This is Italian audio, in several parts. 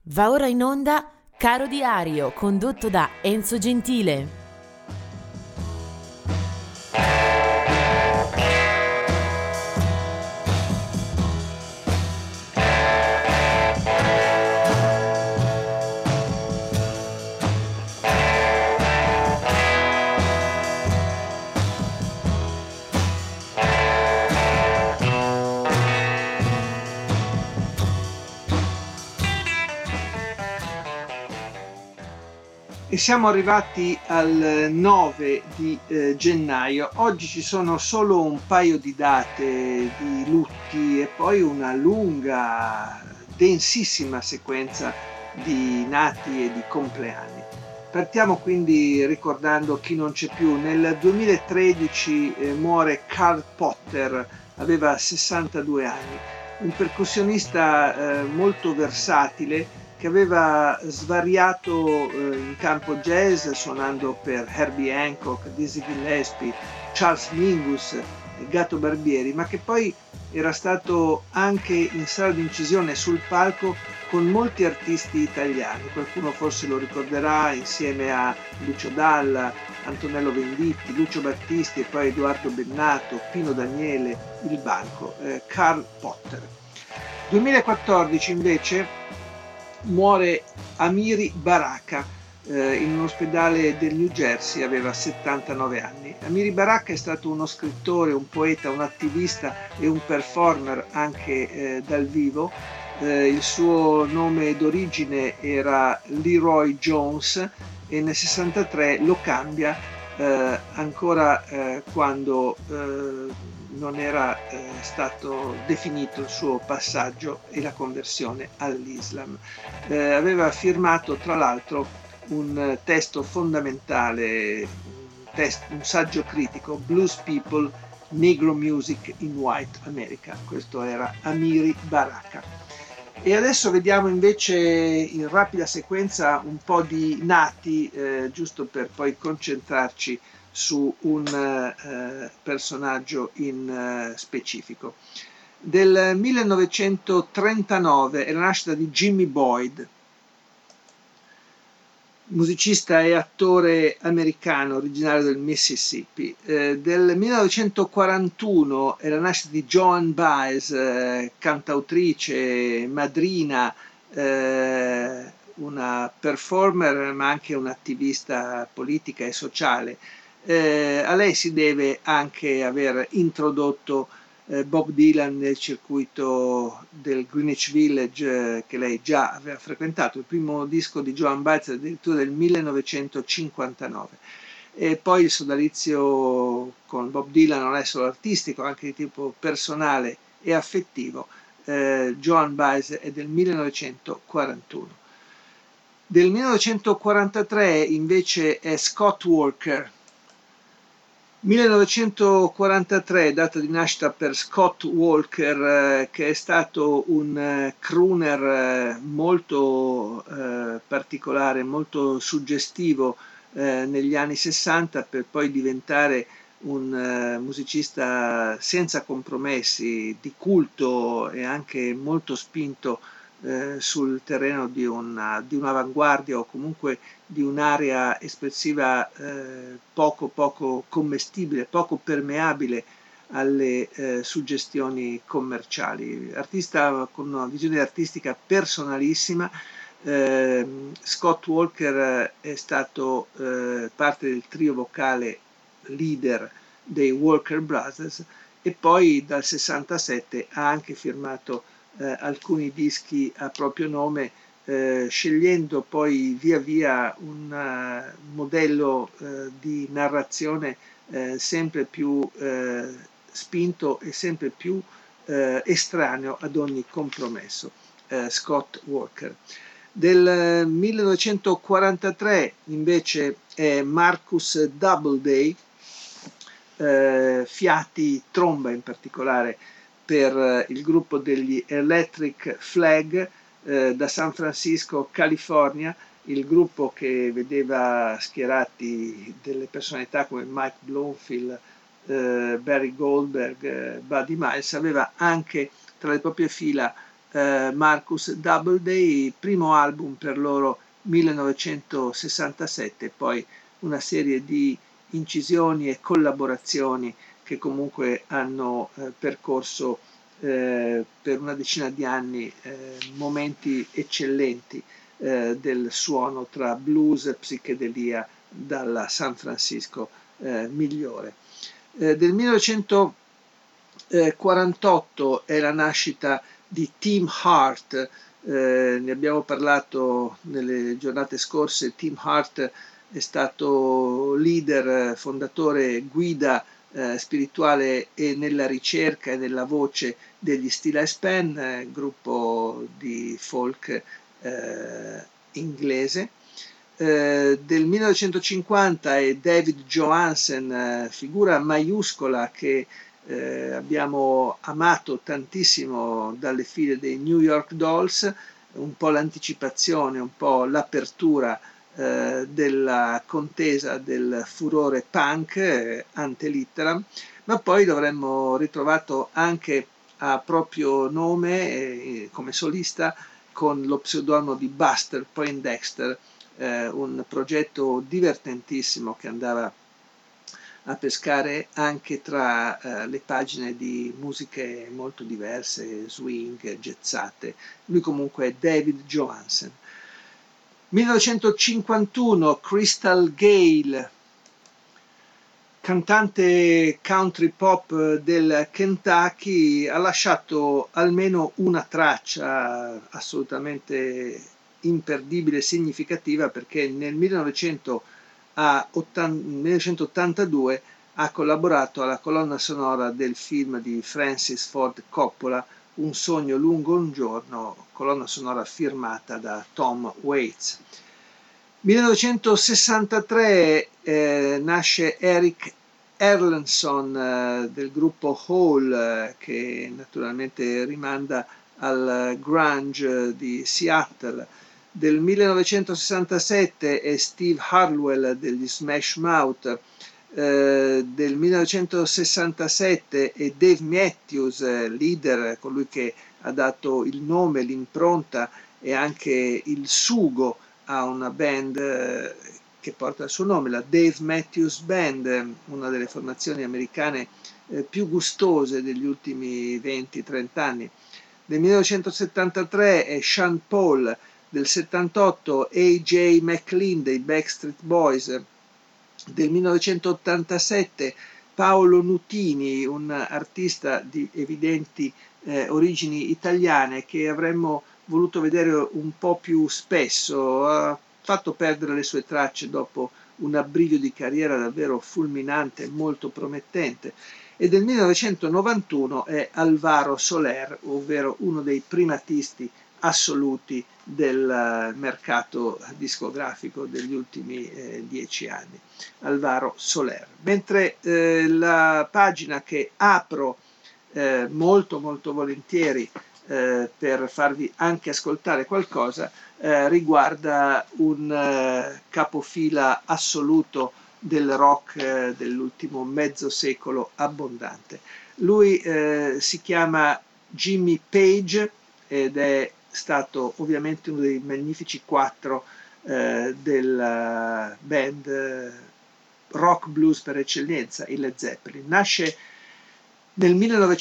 Va ora in onda Caro Diario, condotto da Enzo Gentile. E siamo arrivati al 9 di gennaio. Oggi ci sono solo un paio di date di lutti e poi una lunga, densissima sequenza di nati e di compleanni. Partiamo quindi ricordando chi non c'è più. Nel 2013 muore Karl Potter, aveva 62 anni, un percussionista molto versatile che aveva svariato in campo jazz suonando per Herbie Hancock, Dizzy Gillespie, Charles Mingus, Gato Barbieri, ma che poi era stato anche in sala d'incisione sul palco con molti artisti italiani. Qualcuno forse lo ricorderà insieme a Lucio Dalla, Antonello Venditti, Lucio Battisti e poi Edoardo Bennato, Pino Daniele, Il Banco, Karl Potter. 2014 invece muore Amiri Baraka in un ospedale del New Jersey, aveva 79 anni. Amiri Baraka è stato uno scrittore, un poeta, un attivista e un performer anche dal vivo. Il suo nome d'origine era Leroy Jones e nel 63 lo cambia ancora quando non era stato definito il suo passaggio e la conversione all'Islam. Aveva firmato tra l'altro un testo fondamentale, un saggio critico, Blues People, Negro Music in White America. Questo era Amiri Baraka. E adesso vediamo invece in rapida sequenza un po' di nati, giusto per poi concentrarci su un personaggio in specifico. Del 1939 è la nascita di Jimmy Boyd, musicista e attore americano originario del Mississippi. Del 1941 è la nascita di Joan Baez, cantautrice, madrina, una performer ma anche un'attivista politica e sociale. A lei si deve anche aver introdotto Bob Dylan nel circuito del Greenwich Village che lei già aveva frequentato. Il primo disco di Joan Baez è addirittura del 1959. E poi il sodalizio con Bob Dylan non è solo artistico, anche di tipo personale e affettivo. Joan Baez è del 1941. Del 1943 invece è Scott Walker. 1943, data di nascita per Scott Walker, che è stato un crooner molto particolare, molto suggestivo negli anni 60 per poi diventare un musicista senza compromessi, di culto e anche molto spinto sul terreno di un'avanguardia o comunque di un'area espressiva poco commestibile, poco permeabile alle suggestioni commerciali. Artista con una visione artistica personalissima, Scott Walker è stato parte del trio vocale leader dei Walker Brothers e poi dal 67 ha anche firmato alcuni dischi a proprio nome, scegliendo poi via via un modello di narrazione sempre più spinto e sempre più estraneo ad ogni compromesso. Scott Walker. Del 1943 invece è Marcus Doubleday, fiati, tromba in particolare per il gruppo degli Electric Flag da San Francisco, California, il gruppo che vedeva schierati delle personalità come Mike Bloomfield, Barry Goldberg, Buddy Miles, aveva anche tra le proprie fila Marcus Doubleday, primo album per loro 1967, poi una serie di incisioni e collaborazioni che comunque hanno percorso per una decina di anni momenti eccellenti del suono tra blues e psichedelia dalla San Francisco migliore. Del 1948 è la nascita di Tim Hart, ne abbiamo parlato nelle giornate scorse. Tim Hart è stato leader, fondatore, guida spirituale e nella ricerca e nella voce degli Still I Span, gruppo di folk inglese. Del 1950 è David Johansen, figura maiuscola che abbiamo amato tantissimo dalle file dei New York Dolls, un po' l'anticipazione, un po' l'apertura della contesa del furore punk ante litteram, ma poi l'avremmo ritrovato anche a proprio nome come solista con lo pseudonimo di Buster Poindexter, un progetto divertentissimo che andava a pescare anche tra le pagine di musiche molto diverse, swing, jazzate. Lui comunque è David Johansen. 1951 Crystal Gayle, cantante country pop del Kentucky, ha lasciato almeno una traccia assolutamente imperdibile e significativa, perché nel 1982 ha collaborato alla colonna sonora del film di Francis Ford Coppola, Un sogno lungo un giorno, colonna sonora firmata da Tom Waits. 1963 nasce Eric Erlandson del gruppo Hole, che naturalmente rimanda al grunge di Seattle. Del 1967 è Steve Harwell degli Smash Mouth. Del 1967 è Dave Matthews, leader, colui che ha dato il nome, l'impronta e anche il sugo a una band che porta il suo nome, la Dave Matthews Band, una delle formazioni americane più gustose degli ultimi 20-30 anni. Del 1973 è Sean Paul, del 78 A.J. McLean dei Backstreet Boys, del 1987 Paolo Nutini, un artista di evidenti origini italiane che avremmo voluto vedere un po' più spesso. Ha fatto perdere le sue tracce dopo un abbrivio di carriera davvero fulminante e molto promettente. E del 1991 è Alvaro Soler, ovvero uno dei primatisti assoluti del mercato discografico degli ultimi 10 anni, Alvaro Soler. Mentre la pagina che apro molto volentieri per farvi anche ascoltare qualcosa riguarda un capofila assoluto del rock dell'ultimo mezzo secolo abbondante. Lui si chiama Jimmy Page ed è stato ovviamente uno dei magnifici quattro della band rock blues per eccellenza, i Led Zeppelin. Nasce nel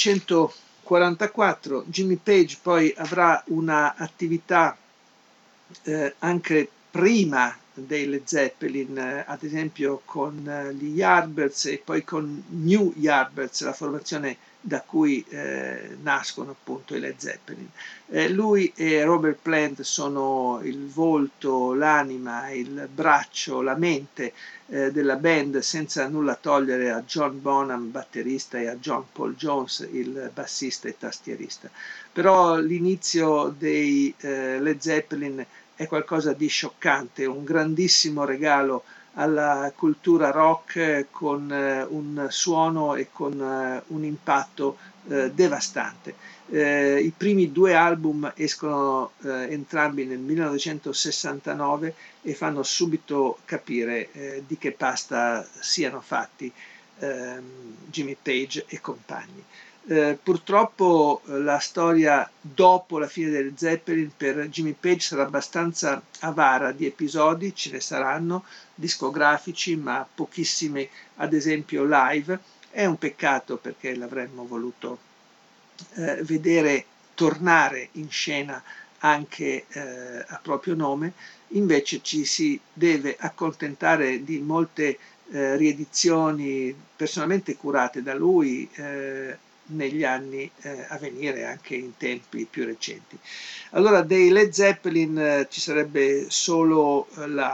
1944, Jimmy Page poi avrà una attività anche prima dei Led Zeppelin, ad esempio con gli Yardbirds e poi con New Yardbirds, la formazione da cui nascono appunto i Led Zeppelin. Lui e Robert Plant sono il volto, l'anima, il braccio, la mente della band, senza nulla togliere a John Bonham, batterista, e a John Paul Jones, il bassista e tastierista. Però l'inizio dei Led Zeppelin è qualcosa di scioccante, un grandissimo regalo alla cultura rock con un suono e con un impatto devastante. I primi due album escono entrambi nel 1969 e fanno subito capire di che pasta siano fatti Jimmy Page e compagni. Purtroppo la storia dopo la fine delle Zeppelin per Jimmy Page sarà abbastanza avara di episodi, ce ne saranno discografici ma pochissimi ad esempio live. È un peccato perché l'avremmo voluto vedere tornare in scena anche a proprio nome. Invece ci si deve accontentare di molte riedizioni personalmente curate da lui negli anni a venire, anche in tempi più recenti. Allora dei Led Zeppelin ci sarebbe solo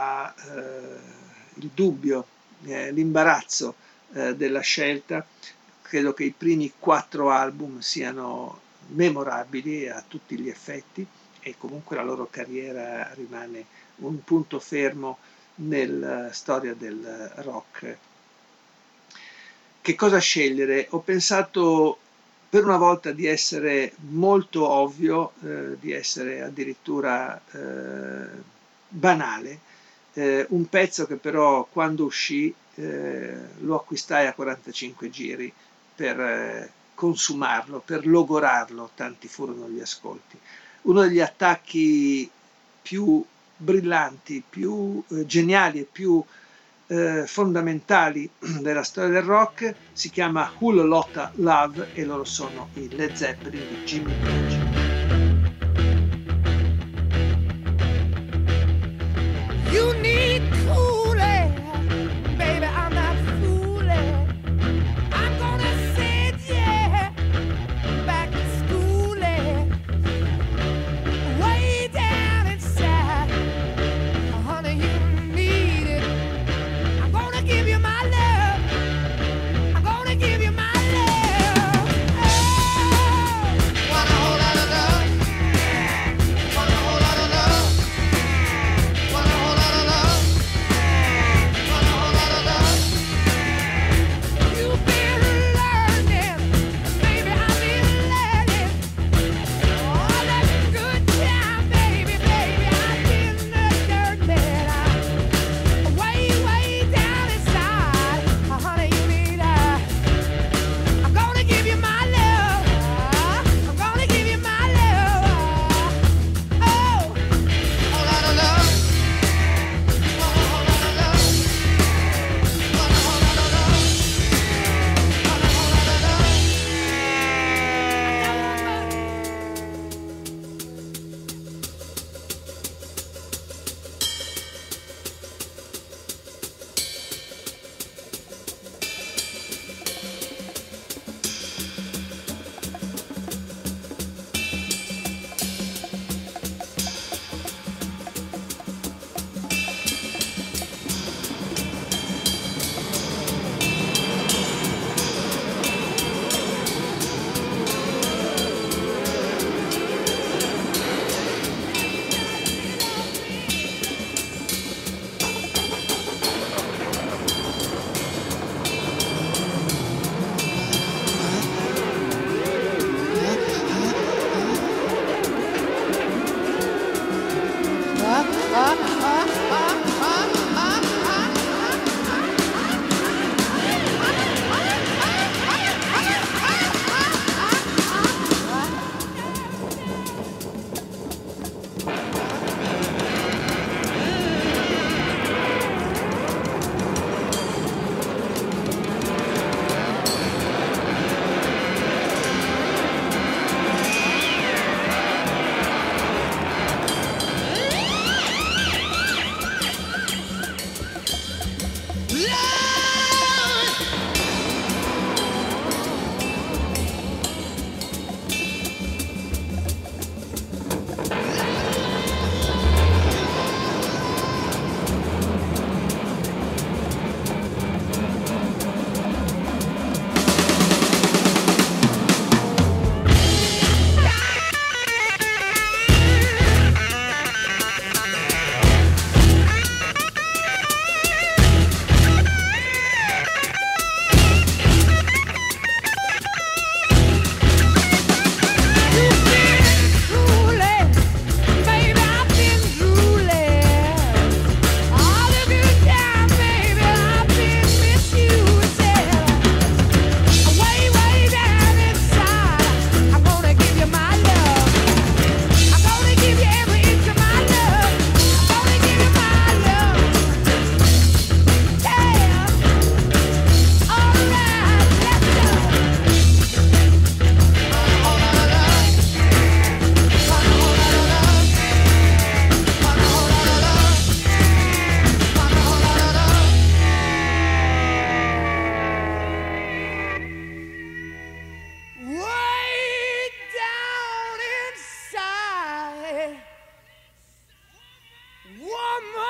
il dubbio, l'imbarazzo della scelta. Credo che i primi 4 album siano memorabili a tutti gli effetti e comunque la loro carriera rimane un punto fermo nella storia del rock. Che cosa scegliere? Ho pensato per una volta di essere molto ovvio, di essere addirittura banale, un pezzo che però quando uscì lo acquistai a 45 giri per consumarlo, per logorarlo, tanti furono gli ascolti. Uno degli attacchi più brillanti, più geniali e più fondamentali della storia del rock si chiama Whole Lotta Love e loro sono i Led Zeppelin di Jimmy Page. You need cooling, baby, I'm not fooling. I'm gonna send you back to schooling, way down inside. Honey, you need it. I'm gonna give you my love. I'm gonna give you my love. Oh, want a whole lot of love. Want a whole lot of love. Want a whole lot of love. Want a whole lot of love. You've been learning, baby, I've been learning. All that good time, baby, baby, I've been learning. Way down inside, honey, you need I'm gonna give you my love. I'm gonna give you my love. Oh, whole lot of love. Want a whole lot of love. Want a whole lot of love. Want a whole lot of love. Woman!